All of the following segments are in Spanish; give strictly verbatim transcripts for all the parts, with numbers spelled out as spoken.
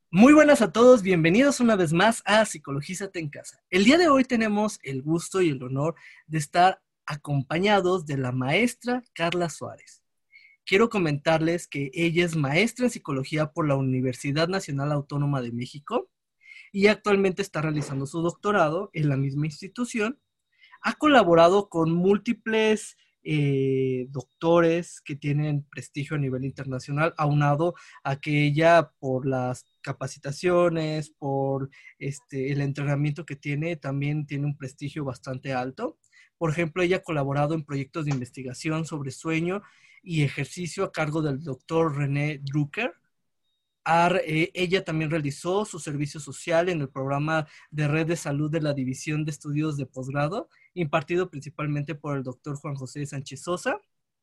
Muy buenas a todos, bienvenidos una vez más a Psicologízate en Casa. El día de hoy tenemos el gusto y el honor de estar acompañados de la maestra Carla Suárez. Quiero comentarles que ella es maestra en psicología por la Universidad Nacional Autónoma de México y actualmente está realizando su doctorado en la misma institución. Ha colaborado con múltiples eh, doctores que tienen prestigio a nivel internacional, aunado a que ella, por las capacitaciones, por este, el entrenamiento que tiene, también tiene un prestigio bastante alto. Por ejemplo, ella ha colaborado en proyectos de investigación sobre sueño y ejercicio a cargo del doctor René Drucker. Ar, eh, ella también realizó su servicio social en el programa de red de salud de la División de Estudios de Posgrado, impartido principalmente por el doctor Juan José Sánchez Sosa,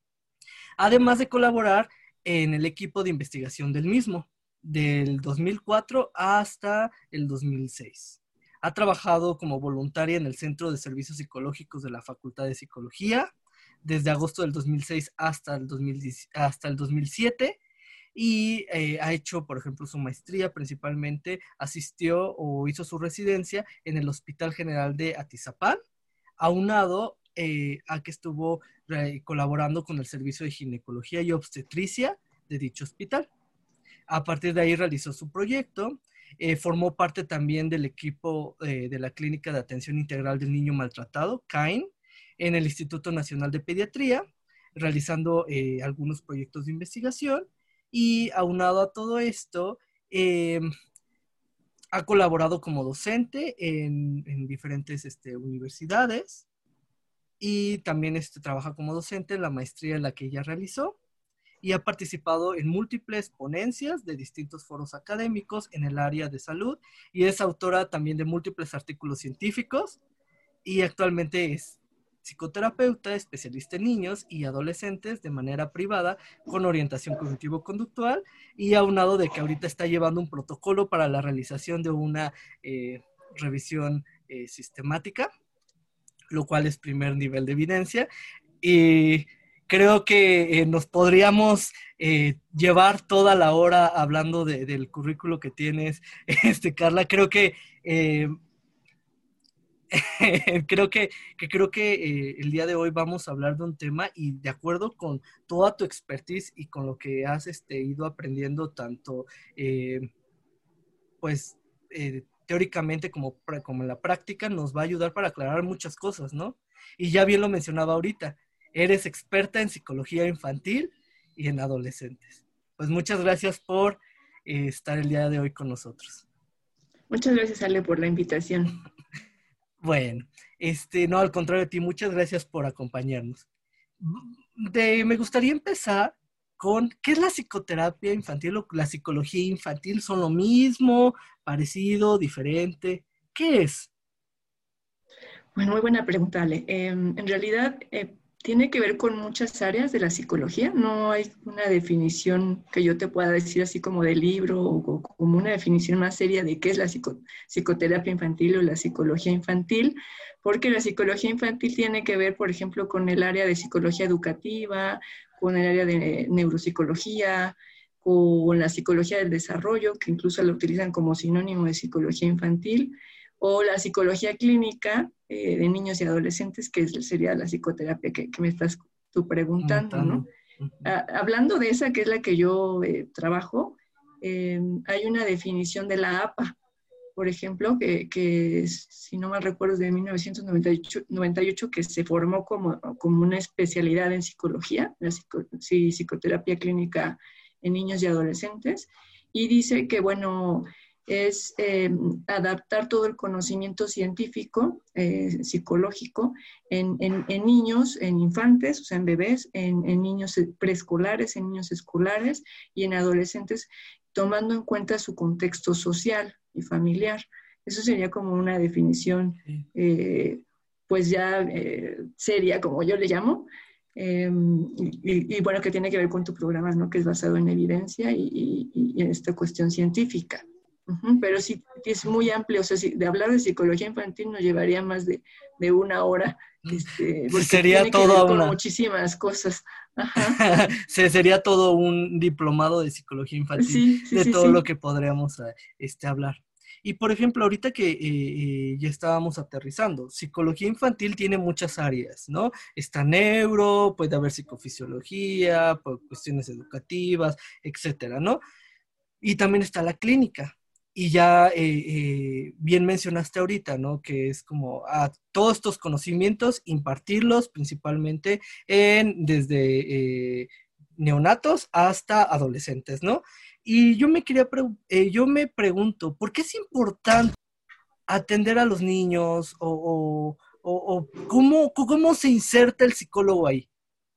además de colaborar en el equipo de investigación del mismo, del dos mil cuatro hasta el dos mil seis. Ha trabajado como voluntaria en el Centro de Servicios Psicológicos de la Facultad de Psicología, desde agosto del dos mil seis hasta el, dos mil diez, hasta el dos mil siete, y eh, ha hecho, por ejemplo, su maestría, principalmente asistió o hizo su residencia en el Hospital General de Atizapán, aunado eh, a que estuvo eh, colaborando con el Servicio de Ginecología y Obstetricia de dicho hospital. A partir de ahí realizó su proyecto, eh, formó parte también del equipo eh, de la Clínica de Atención Integral del Niño Maltratado, C A I N, en el Instituto Nacional de Pediatría, realizando eh, algunos proyectos de investigación. Y aunado a todo esto, eh, ha colaborado como docente en, en diferentes este, universidades y también este, trabaja como docente en la maestría en la que ella realizó y ha participado en múltiples ponencias de distintos foros académicos en el área de salud y es autora también de múltiples artículos científicos y actualmente es psicoterapeuta, especialista en niños y adolescentes de manera privada con orientación cognitivo-conductual y aunado de que ahorita está llevando un protocolo para la realización de una eh, revisión eh, sistemática, lo cual es primer nivel de evidencia. Y creo que eh, nos podríamos eh, llevar toda la hora hablando de, del currículo que tienes, este, Carla. Creo que eh, creo que, que, creo que eh, el día de hoy vamos a hablar de un tema y de acuerdo con toda tu expertise y con lo que has este, ido aprendiendo tanto eh, pues eh, teóricamente como, como en la práctica, nos va a ayudar para aclarar muchas cosas, ¿no? Y ya bien lo mencionaba ahorita, eres experta en psicología infantil y en adolescentes. Pues muchas gracias por eh, estar el día de hoy con nosotros. Muchas gracias, Ale, por la invitación. Bueno, este, no, al contrario de ti, muchas gracias por acompañarnos. De, me gustaría empezar con, ¿qué es la psicoterapia infantil o la psicología infantil? ¿Son lo mismo, parecido, diferente? ¿Qué es? Bueno, muy buena pregunta, Ale. Eh, en realidad, eh, tiene que ver con muchas áreas de la psicología. No hay una definición que yo te pueda decir así como de libro o, o como una definición más seria de qué es la psico, psicoterapia infantil o la psicología infantil, porque la psicología infantil tiene que ver, por ejemplo, con el área de psicología educativa, con el área de neuropsicología, con la psicología del desarrollo, que incluso la utilizan como sinónimo de psicología infantil, o la psicología clínica eh, de niños y adolescentes, que sería la psicoterapia que, que me estás tú preguntando, ¿no? Uh-huh. Ah, hablando de esa, que es la que yo eh, trabajo, eh, hay una definición de la A P A, por ejemplo, que, que si no mal recuerdo es de mil novecientos noventa y ocho, que se formó como, como una especialidad en psicología, la psico, sí, psicoterapia clínica en niños y adolescentes, y dice que, bueno, es eh, adaptar todo el conocimiento científico, eh, psicológico, en, en, en niños, en infantes, o sea, en bebés, en, en niños preescolares, en niños escolares y en adolescentes, tomando en cuenta su contexto social y familiar. Eso sería como una definición, eh, pues ya eh, seria, como yo le llamo, eh, y, y bueno, que tiene que ver con tu programa, ¿no? Que es basado en evidencia y, y, y en esta cuestión científica. Uh-huh, pero sí es muy amplio, o sea, si de hablar de psicología infantil nos llevaría más de, de una hora este, porque Sería tiene que toda ver con una... muchísimas cosas. Ajá. Se- Sería todo un diplomado de psicología infantil Sí, sí, de sí, todo lo sí. que podríamos eh, este, hablar. Y por ejemplo, ahorita que eh, eh, ya estábamos aterrizando, psicología infantil tiene muchas áreas, ¿no? Está neuro, puede haber psicofisiología, por cuestiones educativas, etcétera, ¿no? Y también está la clínica. Y ya eh, eh, bien mencionaste ahorita, ¿no? Que es como a todos estos conocimientos, impartirlos principalmente en desde eh, neonatos hasta adolescentes, ¿no? Y yo me quería, pre- eh, yo me pregunto, ¿por qué es importante atender a los niños o, o, o, o cómo, cómo se inserta el psicólogo ahí?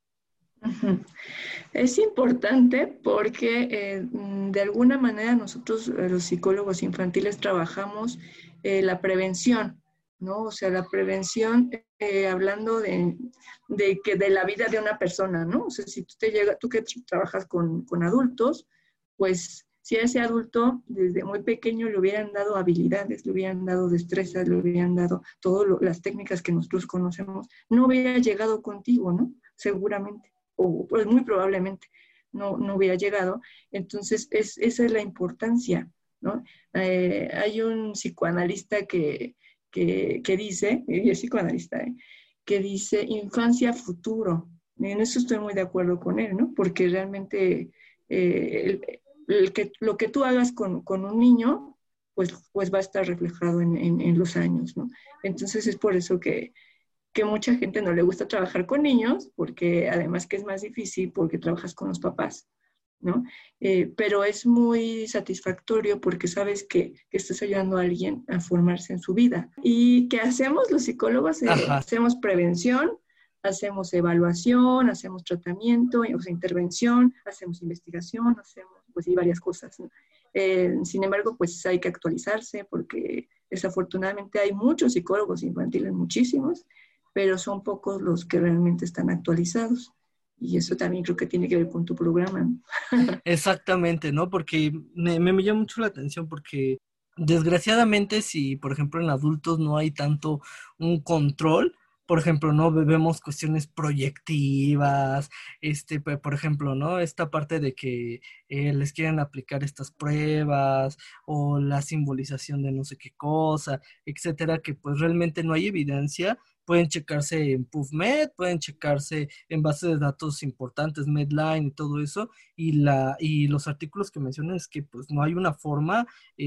Ujú. Es importante porque eh, mm, de alguna manera nosotros, eh, los psicólogos infantiles, trabajamos eh, la prevención, ¿no? O sea, la prevención, eh, hablando de, de, que de la vida de una persona, ¿no? O sea, si tú te llega, tú que trabajas con, con adultos, pues si a ese adulto desde muy pequeño le hubieran dado habilidades, le hubieran dado destrezas, le hubieran dado todas las técnicas que nosotros conocemos, no hubiera llegado contigo, ¿no? Seguramente o pues muy probablemente no, no hubiera llegado. Entonces, es, esa es la importancia, ¿no? Eh, hay un psicoanalista que, que, que dice, y es psicoanalista, ¿eh? Que dice infancia futuro. En eso estoy muy de acuerdo con él, ¿no? Porque realmente eh, el, el que, lo que tú hagas con, con un niño, pues, pues va a estar reflejado en, en, en los años, ¿no? Entonces es por eso que, que mucha gente no le gusta trabajar con niños, porque además que es más difícil porque trabajas con los papás, ¿no? Eh, pero es muy satisfactorio porque sabes que, que, estás ayudando a alguien a formarse en su vida. ¿Y qué hacemos los psicólogos? Eh, Ajá. hacemos prevención, hacemos evaluación, hacemos tratamiento, o sea, intervención, hacemos investigación, hacemos pues y varias cosas, ¿no? Eh, sin embargo, pues hay que actualizarse porque desafortunadamente hay muchos psicólogos infantiles, muchísimos, pero son pocos los que realmente están actualizados. Y eso también creo que tiene que ver con tu programa, ¿no? Exactamente, ¿no? Porque me, me llama mucho la atención porque desgraciadamente si, por ejemplo, en adultos no hay tanto un control, por ejemplo, no vemos cuestiones proyectivas, este, pe- por ejemplo, ¿no? Esta parte de que eh, les quieren aplicar estas pruebas o la simbolización de no sé qué cosa, etcétera, que pues realmente no hay evidencia. Pueden checarse en PubMed, pueden checarse en bases de datos importantes, Medline y todo eso, y, la, y los artículos que mencionan es que pues no hay una forma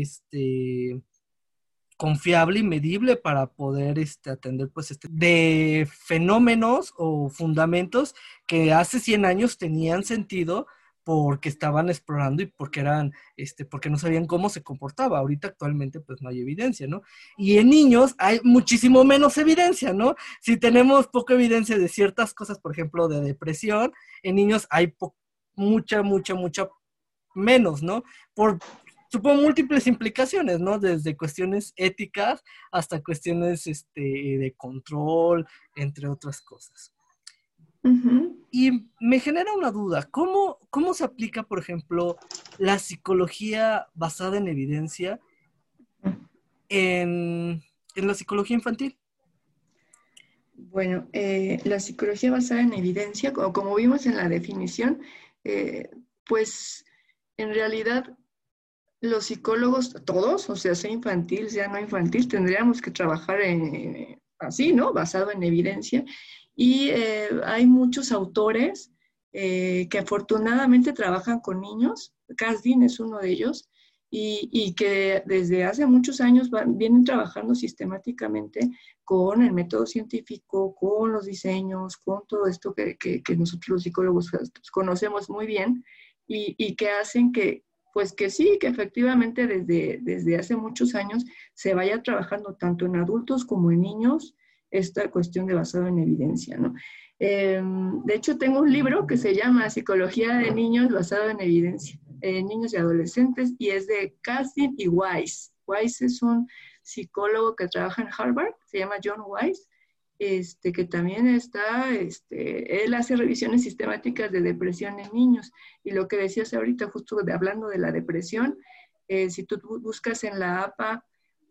este, confiable y medible para poder este, atender pues este de fenómenos o fundamentos que hace cien años tenían sentido porque estaban explorando y porque eran, este, porque no sabían cómo se comportaba. Ahorita actualmente pues no hay evidencia, ¿no? Y en niños hay muchísimo menos evidencia, ¿no? Si tenemos poca evidencia de ciertas cosas, por ejemplo, de depresión, en niños hay po mucha, mucha, mucha menos, ¿no? Por, supongo, múltiples implicaciones, ¿no? Desde cuestiones éticas hasta cuestiones este, de control, entre otras cosas. Uh-huh. Y me genera una duda, ¿cómo, cómo se aplica, por ejemplo, la psicología basada en evidencia en, en la psicología infantil? Bueno, eh, la psicología basada en evidencia, como, como vimos en la definición, eh, pues en realidad los psicólogos, todos, o sea, sea infantil, sea no infantil, tendríamos que trabajar en, así, ¿no? Basado en evidencia. Y eh, hay muchos autores eh, que afortunadamente trabajan con niños. Kasdin es uno de ellos. Y, y que desde hace muchos años van, vienen trabajando sistemáticamente con el método científico, con los diseños, con todo esto que, que, que nosotros los psicólogos conocemos muy bien y, y que hacen que, pues que sí, que efectivamente desde, desde hace muchos años se vaya trabajando tanto en adultos como en niños esta cuestión de basado en evidencia, ¿no? Eh, de hecho, tengo un libro que se llama Psicología de Niños basado en evidencia, eh, niños y adolescentes, y es de Kasdin y Weiss. Weiss es un psicólogo que trabaja en Harvard, se llama John Weiss, este, que también está, este, él hace revisiones sistemáticas de depresión en niños. Y lo que decías ahorita, justo de, hablando de la depresión, eh, si tú buscas en la A P A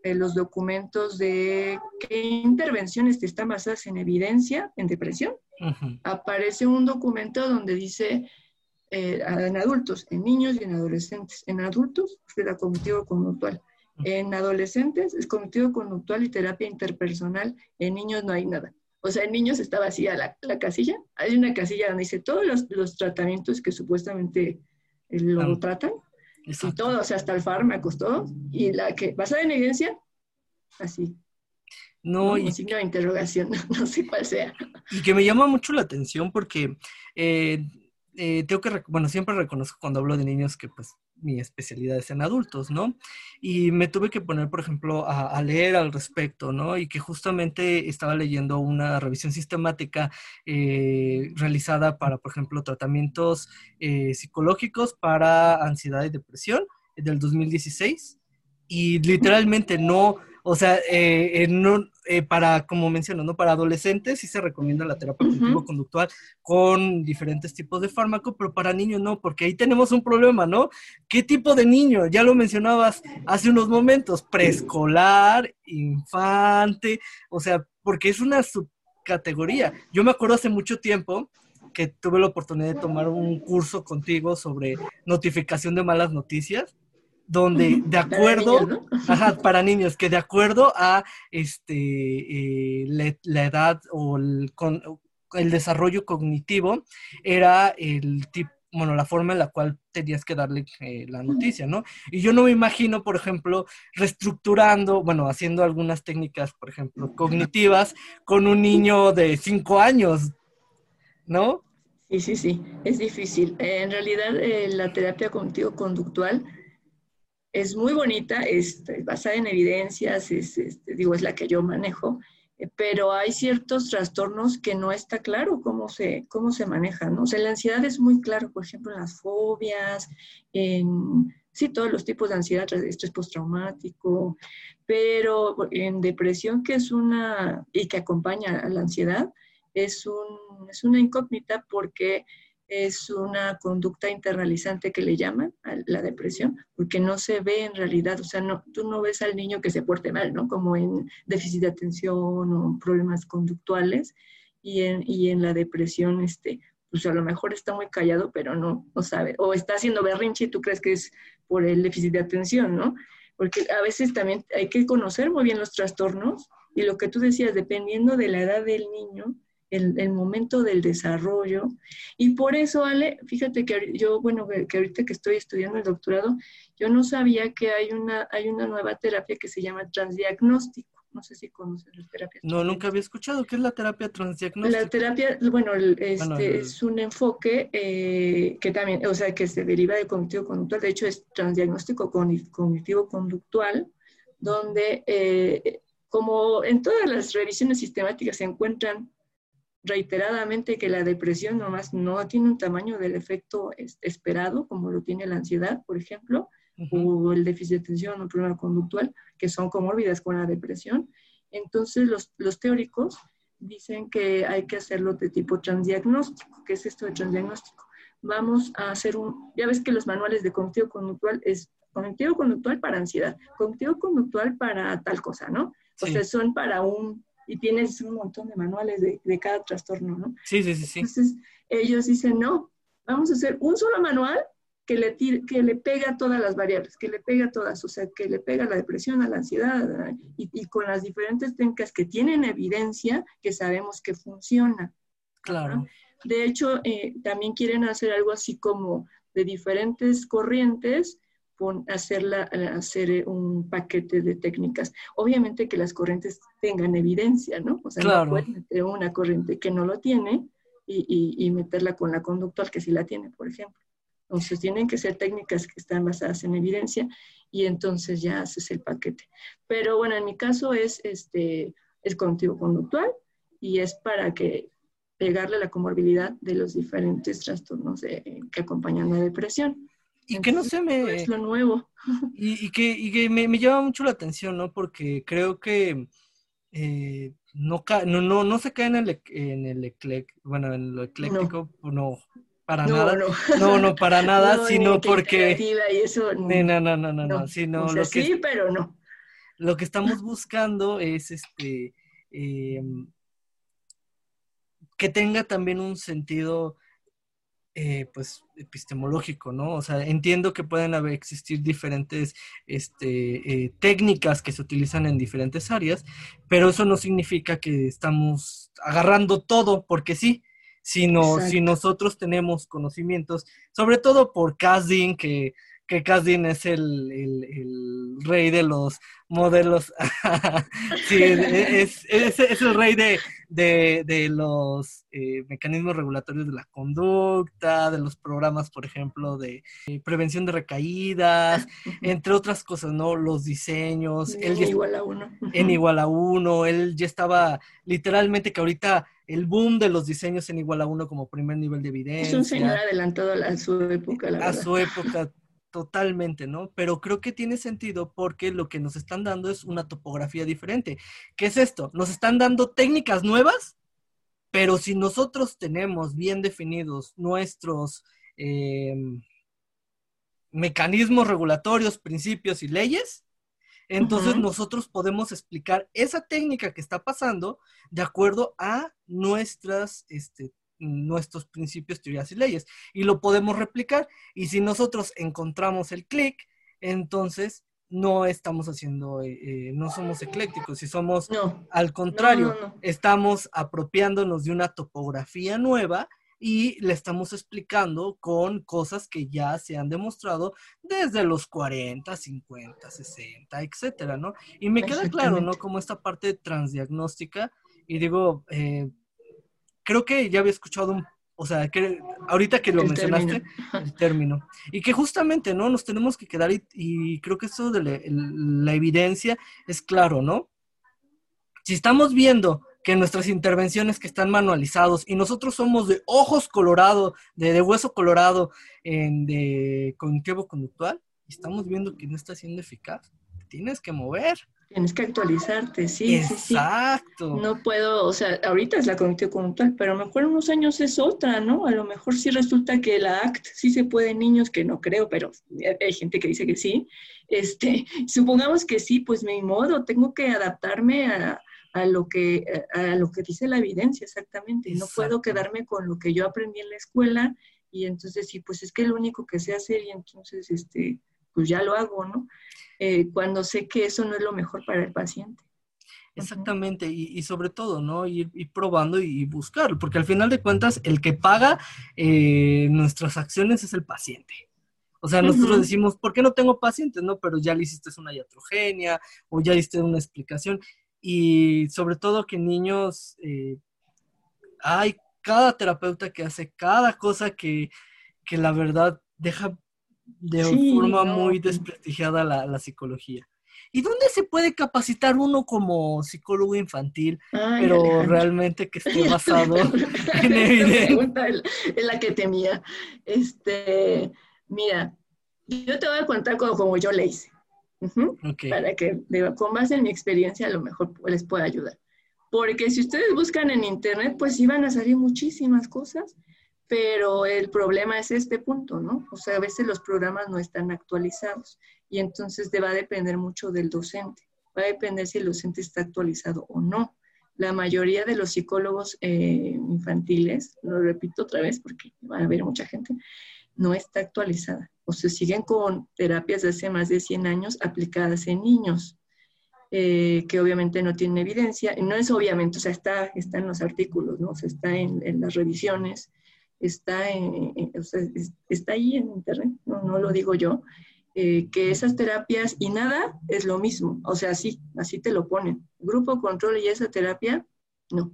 eh, los documentos de qué intervenciones están basadas en evidencia en depresión, uh-huh. aparece un documento donde dice eh, en adultos, en niños y en adolescentes. En adultos es la cognitivo-conductual. En adolescentes es cognitivo-conductual y terapia interpersonal. En niños no hay nada. O sea, en niños está vacía la, la casilla. Hay una casilla donde dice todos los, los tratamientos que supuestamente eh, lo ah, tratan. Exacto. Y todo, o sea, hasta el fármacos, todo. Y la que basada en evidencia, así. No, ¿no? y... Un signo de interrogación, no sé cuál sea. Y que me llama mucho la atención porque eh, eh, tengo que, bueno, siempre reconozco cuando hablo de niños que pues mi especialidad es en adultos, ¿no? Y me tuve que poner, por ejemplo, a, a leer al respecto, ¿no? Y que justamente estaba leyendo una revisión sistemática eh, realizada para, por ejemplo, tratamientos eh, psicológicos para ansiedad y depresión del dos mil dieciséis. Y literalmente no, o sea, eh, eh, no, eh, para, como menciono, ¿no? Para adolescentes sí se recomienda la terapia uh-huh. cognitivo-conductual con diferentes tipos de fármaco, pero para niños no, porque ahí tenemos un problema, ¿no? ¿Qué tipo de niño? Ya lo mencionabas hace unos momentos, preescolar, infante, o sea, porque es una subcategoría. Yo me acuerdo hace mucho tiempo que tuve la oportunidad de tomar un curso contigo sobre notificación de malas noticias, donde de acuerdo, para niños, ¿no? Ajá, para niños, que de acuerdo a este eh, la, la edad o el, con, el desarrollo cognitivo, era el tipo, bueno, la forma en la cual tenías que darle eh, la noticia, ¿no? Y yo no me imagino, por ejemplo, reestructurando, bueno, haciendo algunas técnicas, por ejemplo, cognitivas, con un niño de cinco años, ¿no? Sí, sí, sí, es difícil. Eh, en realidad, eh, la terapia cognitivo-conductual es muy bonita, es basada en evidencias, es, es, digo, es la que yo manejo, eh, pero hay ciertos trastornos que no está claro cómo se, cómo se manejan, ¿no? O sea, la ansiedad es muy claro, por ejemplo, en las fobias, en, sí, todos los tipos de ansiedad, estrés postraumático, pero en depresión, que es una, y que acompaña a la ansiedad, es, un, es una incógnita porque es una conducta internalizante que le llaman a la depresión, porque no se ve en realidad, o sea, no, tú no ves al niño que se porte mal, ¿no? Como en déficit de atención o problemas conductuales, y en, y en la depresión, este, pues a lo mejor está muy callado, pero no, no sabe, o está haciendo berrinche y tú crees que es por el déficit de atención, ¿no? Porque a veces también hay que conocer muy bien los trastornos, y lo que tú decías, dependiendo de la edad del niño, El, el momento del desarrollo, y por eso, Ale, fíjate que yo, bueno, que, que ahorita que estoy estudiando el doctorado, yo no sabía que hay una, hay una nueva terapia que se llama transdiagnóstico. No sé si conoces las terapias. No, nunca había escuchado. ¿Qué es la terapia transdiagnóstica? La terapia, bueno, este bueno el... es un enfoque eh, que también, o sea, que se deriva del cognitivo-conductual, de hecho es transdiagnóstico cognitivo-conductual, donde, eh, como en todas las revisiones sistemáticas se encuentran reiteradamente que la depresión nomás no tiene un tamaño del efecto esperado, como lo tiene la ansiedad, por ejemplo, uh-huh. o el déficit de atención o el problema conductual, que son comórbidas con la depresión. Entonces, los, los teóricos dicen que hay que hacerlo de tipo transdiagnóstico. ¿Qué es esto de transdiagnóstico? Vamos a hacer un... Ya ves que los manuales de cognitivo-conductual es cognitivo-conductual para ansiedad, cognitivo-conductual para tal cosa, ¿no? Sí. O sea, son para un... y tienes un montón de manuales de, de cada trastorno, ¿no? Sí, sí, sí, sí. Entonces, ellos dicen, no, vamos a hacer un solo manual que le, tire, que le pega a todas las variables, que le pega a todas, o sea, que le pega a la depresión, a la ansiedad, y, y con las diferentes técnicas que tienen evidencia, que sabemos que funciona. Claro. ¿no? De hecho, eh, también quieren hacer algo así como de diferentes corrientes, Hacerla, hacer un paquete de técnicas. Obviamente que las corrientes tengan evidencia, ¿no? O sea, claro. no puedes meter una corriente que no lo tiene y, y, y meterla con la conductual que sí la tiene, por ejemplo. Entonces, tienen que ser técnicas que están basadas en evidencia y entonces ya haces el paquete. Pero bueno, en mi caso es, este, es cognitivo-conductual y es para que pegarle la comorbilidad de los diferentes trastornos de, que acompañan la depresión. Y que no sé, me... Es lo nuevo. Y, y que, y que me, me llama mucho la atención, ¿no? Porque creo que eh, no, ca no, no, no se cae en el, en el eclec bueno, en lo ecléctico, no, no para no, nada. No. no, no, para nada, no, sino porque... Y eso, no, no, no, no, no, no. sino o sea, lo que... sí, pero no. lo que estamos buscando es este eh, que tenga también un sentido eh, pues epistemológico, ¿no? O sea, entiendo que pueden haber, existir diferentes este, eh, técnicas que se utilizan en diferentes áreas, pero eso no significa que estamos agarrando todo porque sí, sino si Exacto. nosotros tenemos conocimientos, sobre todo por Kasdan, que, que Kasdan es el, el, el rey de los modelos, sí, es, es, es el rey de, de, de los eh, mecanismos regulatorios de la conducta, de los programas, por ejemplo, de eh, prevención de recaídas, entre otras cosas, ¿no? Los diseños, él N ya igual a uno. N igual a uno, él ya estaba literalmente que ahorita el boom de los diseños N igual a uno como primer nivel de Es un señor evidencia, adelantado a su época, la a verdad. su época totalmente, ¿no? Pero creo que tiene sentido porque lo que nos están dando es una topografía diferente. ¿Qué es esto? Nos están dando técnicas nuevas, pero si nosotros tenemos bien definidos nuestros eh, mecanismos regulatorios, principios y leyes, entonces Uh-huh. nosotros podemos explicar esa técnica que está pasando de acuerdo a nuestras, este, nuestros principios, teorías y leyes. Y lo podemos replicar. Y si nosotros encontramos el clic, entonces no estamos haciendo, eh, eh, no somos eclécticos, si somos, No, al no, no, contrario, no. estamos apropiándonos de una topografía nueva y le estamos explicando con cosas que ya se han demostrado desde los cuarenta, cincuenta, sesenta, etcétera, ¿no? Y me queda claro, ¿no? Exactamente. Como esta parte transdiagnóstica, y digo, eh, creo que ya había escuchado un, o sea, que ahorita que lo El término. mencionaste, el término, y que justamente, ¿no? Nos tenemos que quedar, y, y creo que esto de la, la evidencia es claro, ¿no? Si estamos viendo que nuestras intervenciones que están manualizados y nosotros somos de ojos colorado, de, de hueso colorado, en, de cognitivo conductual, y estamos viendo que no está siendo eficaz, te tienes que mover. Tienes que actualizarte, sí, sí, sí. Exacto. No puedo, o sea, ahorita es la cognitivo conductual, pero a lo mejor en unos años es otra, ¿no? A lo mejor sí resulta que la A C T sí se puede en niños, que no creo, pero hay gente que dice que sí. Este, supongamos que sí, pues mi modo, tengo que adaptarme a, a lo que, a, a lo que dice la evidencia, exactamente. No puedo Exacto. quedarme con lo que yo aprendí en la escuela y entonces sí, pues es que es lo único que sé hacer y entonces, este, pues ya lo hago, ¿no? Eh, cuando sé que eso no es lo mejor para el paciente. Uh-huh. Exactamente, y, y sobre todo, ¿no? Ir, ir probando y, y buscarlo, porque al final de cuentas, el que paga eh, nuestras acciones es el paciente. O sea, nosotros Uh-huh. decimos, ¿por qué no tengo pacientes? No, pero ya le hiciste una iatrogenia o ya le diste una explicación. Y sobre todo que niños, eh, hay cada terapeuta que hace cada cosa que, que la verdad deja de Sí, forma no. muy desprestigiada la, la psicología. ¿Y dónde se puede capacitar uno como psicólogo infantil, Ay, pero Alejandro. realmente que esté La, basado en esta evidencia? pregunta es, es la que temía. Este, mira, yo te voy a contar como, como yo le hice. Uh-huh. Ok, Para que, de, con base en mi experiencia, a lo mejor les pueda ayudar. Porque si ustedes buscan en internet, pues iban a salir muchísimas cosas, pero el problema es este punto, ¿no? O sea, a veces los programas no están actualizados y entonces va a depender mucho del docente. Va a depender si el docente está actualizado o no. La mayoría de los psicólogos eh, infantiles, lo repito otra vez porque va a haber mucha gente, no está actualizada. O sea, siguen con terapias de hace más de cien años aplicadas en niños. Eh, que obviamente no tiene evidencia, no es obviamente, o sea, está, está en los artículos, ¿no? O sea, está en, en las revisiones, está, en, en, o sea, es, está ahí en internet, no, no lo digo yo, eh, que esas terapias y nada es lo mismo, o sea, sí, así te lo ponen. Grupo control y esa terapia, no,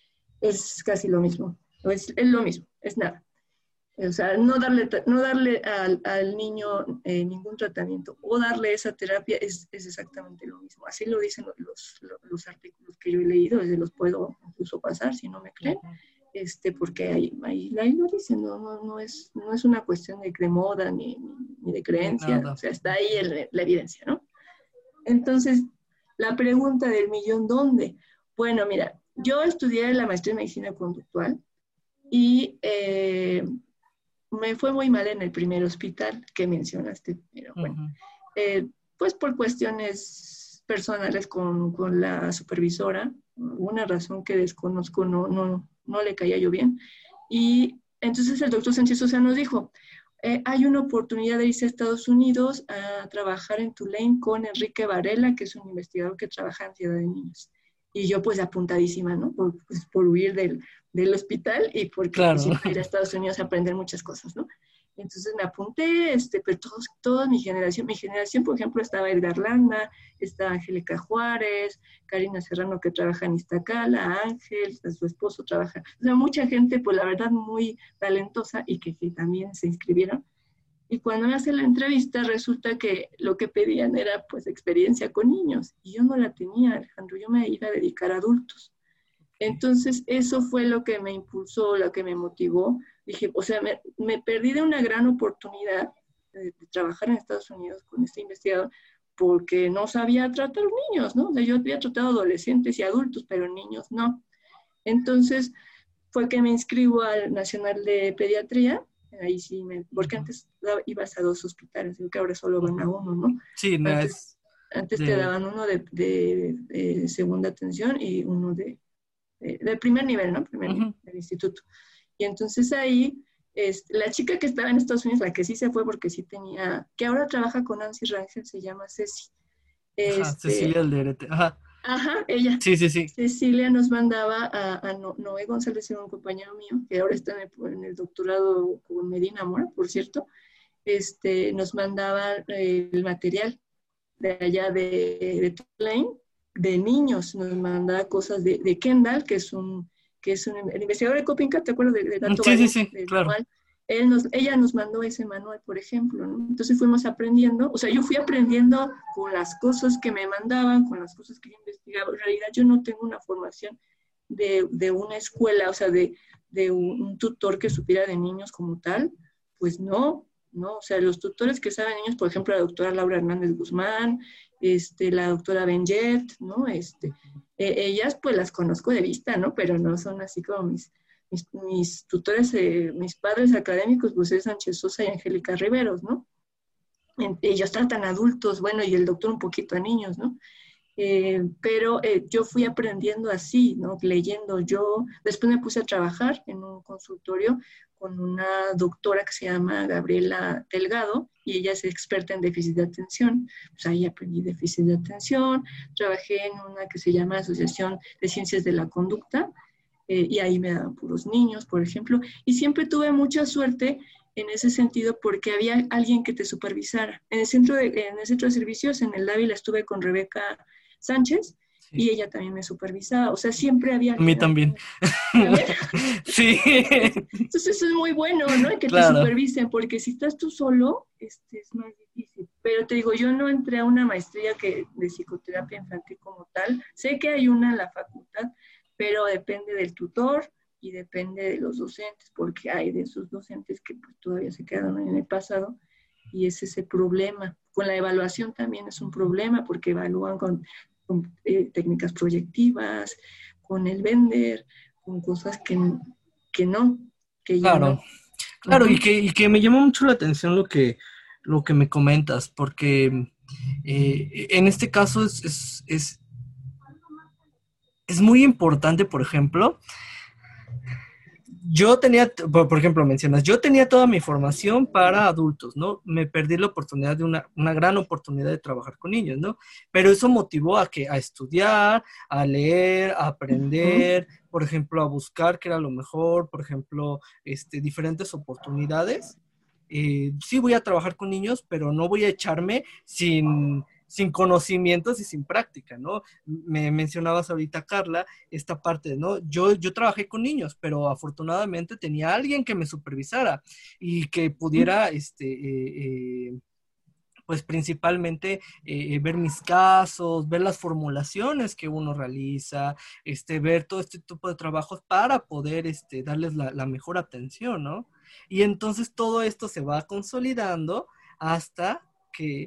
es casi lo mismo, es, es lo mismo, es nada. O sea, no darle, no darle al, al niño eh, ningún tratamiento o darle esa terapia es, es exactamente lo mismo. Así lo dicen los, los, los artículos que yo he leído, se los puedo incluso pasar si no me creen, este, porque ahí, ahí, ahí lo dicen, no, no, no, es, no es una cuestión de, de moda ni, ni de ni creencia, o nada. sea, está ahí el, la evidencia, ¿no? Entonces, la pregunta del millón, ¿dónde? Bueno, mira, yo estudié la maestría en medicina conductual y... Eh, me fue muy mal en el primer hospital que mencionaste, pero bueno, Uh-huh. eh, pues por cuestiones personales con, con la supervisora, una razón que desconozco, no, no, no le caía yo bien. Y entonces el doctor Sánchez Sosa nos dijo, eh, hay una oportunidad de irse a Estados Unidos a trabajar en Tulane con Enrique Varela, que es un investigador que trabaja en Ciudad de Niños. Y yo pues apuntadísima, ¿no? Por, pues, por huir del, del hospital y porque claro. pues, iba a ir a Estados Unidos a aprender muchas cosas, ¿no? Entonces me apunté, este, pero todos, toda mi generación, mi generación, por ejemplo, estaba Edgar Landa, estaba Angélica Juárez, Karina Serrano, que trabaja en Iztacala, Ángel, su esposo trabaja, o sea, mucha gente, pues la verdad, muy talentosa y que, que también se inscribieron. Y cuando me hacen la entrevista, resulta que lo que pedían era, pues, experiencia con niños, y yo no la tenía, Alejandro, yo me iba a dedicar a adultos. Entonces, eso fue lo que me impulsó, lo que me motivó. Dije, o sea, me, me perdí de una gran oportunidad de, de trabajar en Estados Unidos con este investigador porque no sabía tratar niños, ¿no? O sea, yo había tratado adolescentes y adultos, pero niños no. Entonces, fue que me inscribo al Nacional de Pediatría, ahí sí, me, porque antes ibas a dos hospitales, creo que ahora solo van a uno, ¿no? Sí, no antes, es... Antes de... te daban uno de, de, de segunda atención y uno de del primer nivel, ¿no? Primer uh-huh. nivel del instituto. Y entonces ahí, es, la chica que estaba en Estados Unidos, la que sí se fue porque sí tenía, que ahora trabaja con Nancy Rangel, se llama Ceci. Este, ajá, Cecilia Alderete, ajá. Ajá, ella. Sí, sí, sí. Cecilia nos mandaba a, a Noé González, un compañero mío, que ahora está en el, en el doctorado con Medina Mora, por cierto, este, nos mandaba eh, el material de allá de, de Tulane, de niños, nos mandaba cosas de, de Kendall, que es un, que es un, el investigador de Copinca, ¿te acuerdas de, de Gato Sí, Valle, sí, sí, de claro. Manual? Él nos, ella nos mandó ese manual, por ejemplo, ¿no? Entonces fuimos aprendiendo, o sea, yo fui aprendiendo con las cosas que me mandaban, con las cosas que yo investigaba. En realidad yo no tengo una formación de, de una escuela, o sea, de, de un, un tutor que supiera de niños como tal, pues no, ¿no? O sea, los tutores que saben niños, por ejemplo, la doctora Laura Hernández Guzmán, este, la doctora Benjet, ¿no? Este, eh, ellas pues las conozco de vista, ¿no? Pero no son así como mis, mis, mis tutores, eh, mis padres académicos, pues es Sánchez Sosa y Angélica Riveros, ¿no? Ellos tratan adultos, bueno, y el doctor un poquito a niños, ¿no? Eh, pero eh, yo fui aprendiendo así, ¿no? Leyendo yo, después me puse a trabajar en un consultorio con una doctora que se llama Gabriela Delgado, y ella es experta en déficit de atención. Pues ahí aprendí déficit de atención, trabajé en una que se llama Asociación de Ciencias de la Conducta, eh, y ahí me daban puros niños, por ejemplo, y siempre tuve mucha suerte en ese sentido porque había alguien que te supervisara. En el centro de, en el centro de servicios, en el Dávila, estuve con Rebeca Sánchez, sí. Y ella también me supervisaba, o sea, siempre había... A mí también. ¿También? Sí. Entonces eso es muy bueno, ¿no? Que claro. te supervisen, porque si estás tú solo, este, es más difícil. Pero te digo, yo no entré a una maestría que, de psicoterapia infantil como tal. Sé que hay una en la facultad, pero depende del tutor y depende de los docentes, porque hay de esos docentes que pues, todavía se quedaron en el pasado, y ese es el problema. Con la evaluación también es un problema, porque evalúan con, con eh, técnicas proyectivas, con el vender, con cosas que, que no, que ya claro, no. Claro, uh-huh. y, que, y que me llamó mucho la atención lo que, lo que me comentas, porque eh, en este caso es, es, es, es muy importante, por ejemplo, yo tenía, por ejemplo, mencionas, yo tenía toda mi formación para adultos, ¿no? Me perdí la oportunidad de una, una gran oportunidad de trabajar con niños, ¿no? Pero eso motivó a que, a estudiar, a leer, a aprender, uh-huh. por ejemplo, a buscar qué era lo mejor, por ejemplo, este, diferentes oportunidades. Eh, sí voy a trabajar con niños, pero no voy a echarme sin... sin conocimientos y sin práctica, ¿no? Me mencionabas ahorita, Carla, esta parte, ¿no? Yo, yo trabajé con niños, pero afortunadamente tenía alguien que me supervisara y que pudiera, este, eh, eh, pues principalmente eh, ver mis casos, ver las formulaciones que uno realiza, este, ver todo este tipo de trabajos para poder este, darles la, la mejor atención, ¿no? Y entonces todo esto se va consolidando hasta que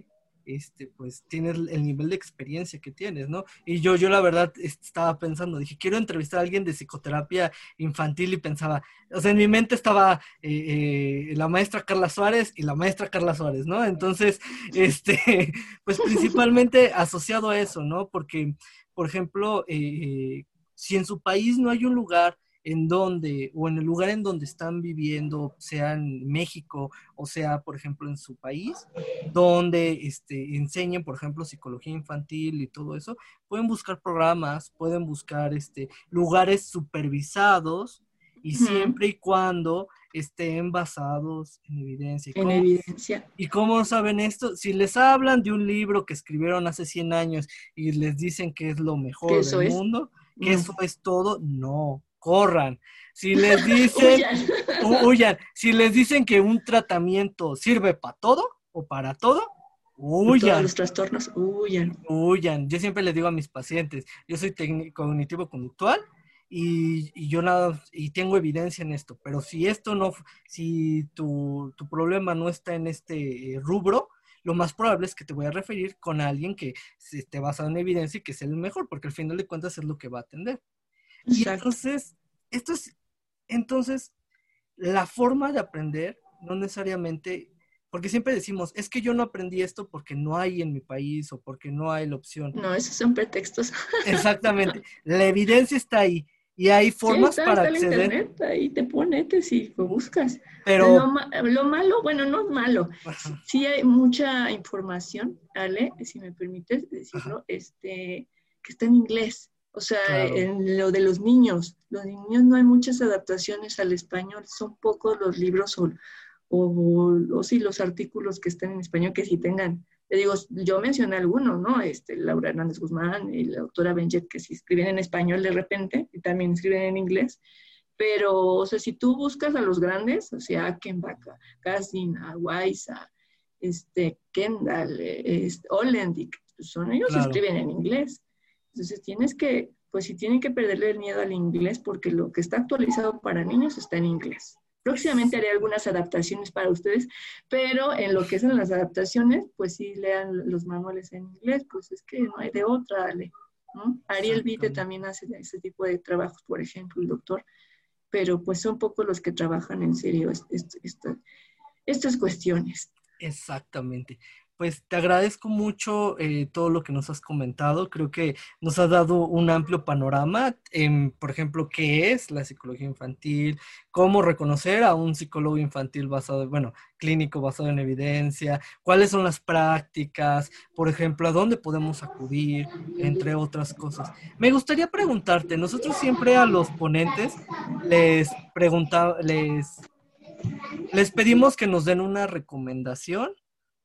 este, pues tienes el nivel de experiencia que tienes, ¿no? Y yo, yo la verdad estaba pensando, dije, quiero entrevistar a alguien de psicoterapia infantil y pensaba, o sea, en mi mente estaba eh, eh, la maestra Carla Suárez y la maestra Carla Suárez, ¿no? Entonces, este, pues principalmente asociado a eso, ¿no? Porque, por ejemplo, eh, si en su país no hay un lugar en donde, o en el lugar en donde están viviendo, sea en México o sea, por ejemplo, en su país, donde este, enseñen, por ejemplo, psicología infantil y todo eso, pueden buscar programas, pueden buscar este, lugares supervisados y Ujú. siempre y cuando estén basados en evidencia. ¿Y En cómo, evidencia. ¿Y cómo saben esto? Si les hablan de un libro que escribieron hace cien años y les dicen que es lo Que mejor del eso es. mundo, que No. eso es todo, no, corran. Si les dicen, Huyan. hu- huyan. Si les dicen que un tratamiento sirve para todo o para todo, De todos huyan, los trastornos, huyan. huyan. Yo siempre les digo a mis pacientes, yo soy técnico cognitivo conductual y, y yo nada, y tengo evidencia en esto, pero si esto no, si tu, tu problema no está en este eh, rubro, lo más probable es que te voy a referir con alguien que se esté basado en evidencia y que sea el mejor, porque al final de cuentas es lo que va a atender. Y Exacto. entonces, esto es, entonces, la forma de aprender no necesariamente, porque siempre decimos, es que yo no aprendí esto porque no hay en mi país o porque no hay la opción. No, esos son pretextos. Exactamente, la evidencia está ahí y hay Sí, ahí formas está, para está el acceder, internet, ahí te pone, te, si lo buscas. Lo, pero ma- lo malo, bueno, no es malo, sí, ajá, sí hay mucha información, Ale, si me permites ajá, decirlo, este, que está en inglés. O sea, claro, en lo de los niños, los niños no hay muchas adaptaciones al español, son pocos los libros o, o, o sí los artículos que están en español que sí tengan. Te digo, yo mencioné algunos, ¿no? Este, Laura Hernández Guzmán y la doctora Benjet, que sí escriben en español de repente y también escriben en inglés. Pero, o sea, si tú buscas a los grandes, o sea, Akenbaka, Kasdin, Weiza, este, Kendall, este, Olendik, son ellos claro, escriben en inglés. Entonces tienes que, pues si tienen que perderle el miedo al inglés porque lo que está actualizado para niños está en inglés. Próximamente haré algunas adaptaciones para ustedes, pero en lo que son las adaptaciones, pues sí lean los manuales en inglés, pues es que no hay de otra, dale, ¿no? Ariel Vite exactamente. también hace ese tipo de trabajos, por ejemplo, el doctor, pero pues son pocos los que trabajan en serio est est est estas cuestiones. Exactamente. Pues te agradezco mucho eh, todo lo que nos has comentado. Creo que nos has dado un amplio panorama en, por ejemplo, qué es la psicología infantil, cómo reconocer a un psicólogo infantil basado, bueno, clínico basado en evidencia, cuáles son las prácticas, por ejemplo, a dónde podemos acudir, entre otras cosas. Me gustaría preguntarte, nosotros siempre a los ponentes les preguntamos, les les pedimos que nos den una recomendación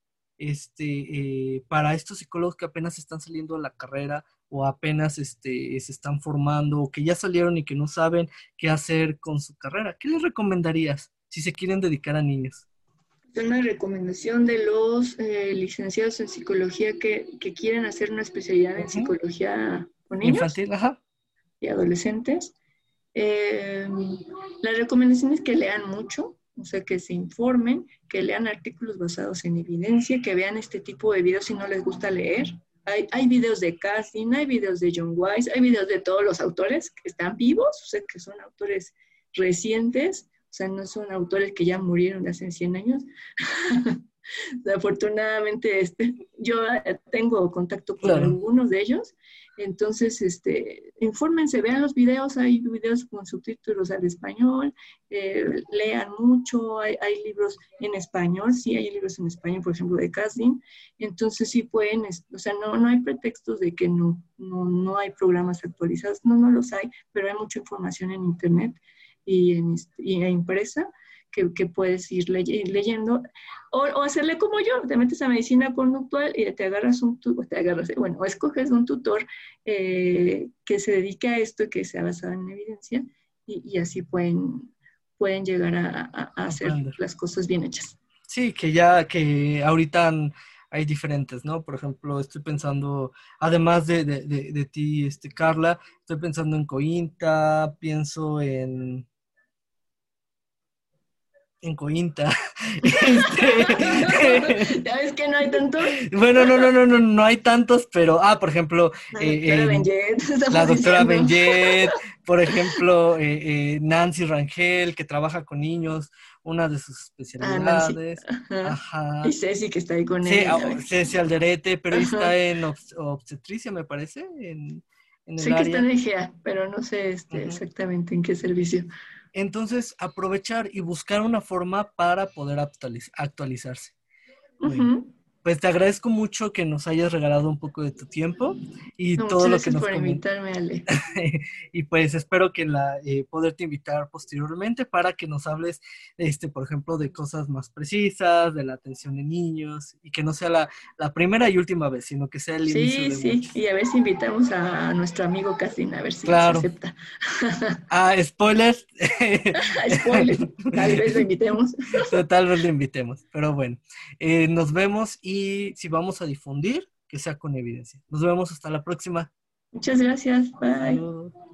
este, eh, para estos psicólogos que apenas están saliendo de la carrera o apenas este, se están formando o que ya salieron y que no saben qué hacer con su carrera. ¿Qué les recomendarías si se quieren dedicar a niños? Una recomendación de los eh, licenciados en psicología que, que, quieren hacer una especialidad en Uh-huh. psicología con niños Infantil, ajá. y adolescentes. Eh, la recomendación es que lean mucho, o sea, que se informen, que lean artículos basados en evidencia, que vean este tipo de videos si no les gusta leer. Hay, hay videos de Cassin, hay videos de John Weiss, hay videos de todos los autores que están vivos, o sea, que son autores recientes, o sea, no son autores que ya murieron hace cien años. Afortunadamente, este, yo tengo contacto con Claro, algunos de ellos, entonces, este, infórmense, vean los videos, hay videos con subtítulos al español, eh, lean mucho, hay, hay, libros en español, sí hay libros en español, por ejemplo, de Kasdim, entonces sí pueden, o sea, no, no hay pretextos de que no, no, no hay programas actualizados, no, no los hay, pero hay mucha información en internet y en, y en impresa, que, que, puedes ir ley, leyendo, o, o, hacerle como yo, te metes a medicina conductual y te agarras un tutor, te agarras, bueno, o escoges un tutor eh, que se dedique a esto y que sea basado en evidencia, y, y así pueden, pueden llegar a, a, a hacer aprender. las cosas bien hechas. Sí, que ya, que ahorita hay diferentes, ¿no? Por ejemplo, estoy pensando, además de, de, de, de ti, este, Carla, estoy pensando en Cointa, pienso en en Cointa. Este, ¿Ya ves que no hay tantos? bueno, no, no, no, no, no hay tantos, pero, ah, por ejemplo, La eh, doctora eh, Benjet, la estamos doctora diciendo. Benjet, por ejemplo, eh, eh, Nancy Rangel, que trabaja con niños, una de sus Ah, Nancy. especialidades. Ajá. Y Ajá. Ceci que está ahí con Sí, ella, ya ah, ves. Ceci Alderete, pero ella está Ajá. en obs- obstetricia, me parece, en, en el Sé que está en área. E G A, pero no sé este, Ujú. exactamente en qué servicio. Entonces, aprovechar y buscar una forma para poder actualiz- actualizarse. Bueno, Ujú. pues te agradezco mucho que nos hayas regalado un poco de tu tiempo y No, todo muchas lo que gracias nos por comentas. invitarme, Ale. Y pues espero que la eh, poderte invitar posteriormente para que nos hables, este, por ejemplo, de cosas más precisas, de la atención de niños, y que no sea la, la primera y última vez, sino que sea el inicio Sí, de sí. muchos. Y a ver si invitamos a nuestro amigo Castin, a ver si se Claro. acepta. Ah, spoilers. Spoiler, tal vez lo invitemos. Tal vez lo invitemos, pero bueno, eh, nos vemos y si vamos a difundir, que sea con evidencia. Nos vemos hasta la próxima. Muchas gracias. Bye. Saludos.